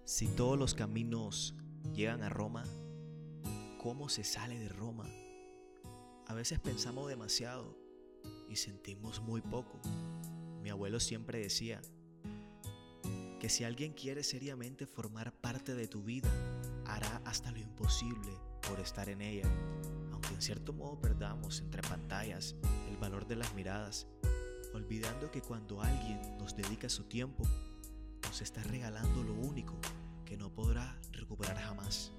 Si todos los caminos llegan a Roma, ¿cómo se sale de Roma? A veces pensamos demasiado y sentimos muy poco. Mi abuelo siempre decía que si alguien quiere seriamente formar parte de tu vida, hará hasta lo imposible por estar en ella, aunque en cierto modo perdamos entre pantallas el valor de las miradas, olvidando que cuando alguien nos dedica su tiempo, nos está regalando lo único que no podrá recuperar jamás.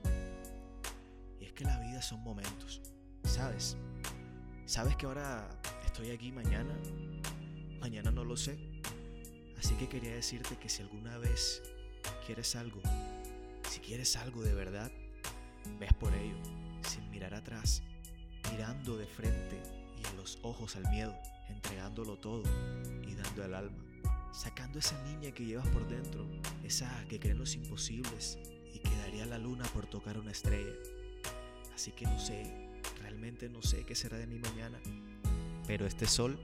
Y es que la vida son momentos, ¿sabes? ¿Sabes que ahora estoy aquí mañana? Mañana no lo sé. Así que quería decirte que si alguna vez quieres algo, si quieres algo de verdad, ves por ello, sin mirar atrás, mirando de frente y a los ojos al miedo, entregándolo todo y dando el alma, sacando esa niña que llevas por dentro, esa que cree en los imposibles y que daría la luna por tocar una estrella. Así que no sé, realmente no sé qué será de mí mañana, pero este sol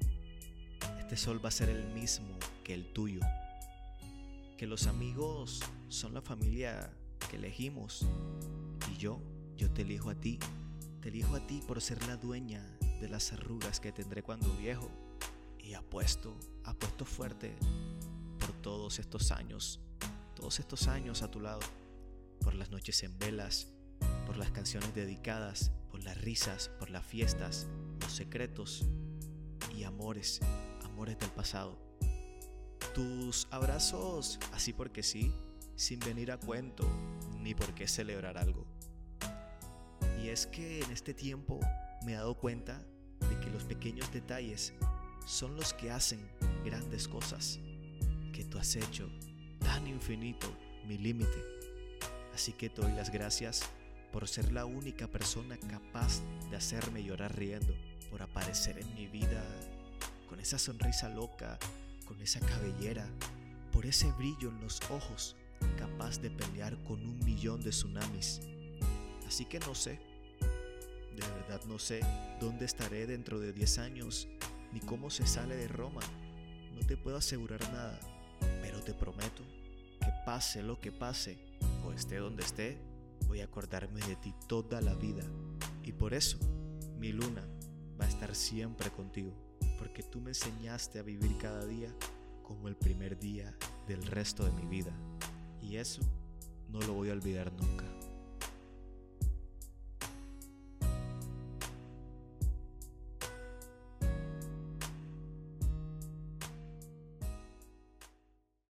va a ser el mismo que el tuyo. Que los amigos son la familia que elegimos y yo te elijo a ti. Te elijo a ti por ser la dueña de las arrugas que tendré cuando viejo. Y apuesto fuerte por todos estos años a tu lado, por las noches en velas, por las canciones dedicadas, por las risas, por las fiestas, los secretos y amores del pasado. Tus abrazos así porque sí, sin venir a cuento, ni por qué celebrar algo. Y es que en este tiempo me he dado cuenta de que los pequeños detalles son los que hacen grandes cosas, que tú has hecho tan infinito mi límite. Así que te doy las gracias por ser la única persona capaz de hacerme llorar riendo, por aparecer en mi vida con esa sonrisa loca, con esa cabellera, por ese brillo en los ojos, capaz de pelear con 1.000.000 de tsunamis. Así que no sé, de verdad no sé dónde estaré dentro de 10 años, ni cómo se sale de Roma. No te puedo asegurar nada, pero te prometo que pase lo que pase, o esté donde esté, voy a acordarme de ti toda la vida. Y por eso, mi luna va a estar siempre contigo, porque tú me enseñaste a vivir cada día como el primer día del resto de mi vida. Y eso no lo voy a olvidar nunca.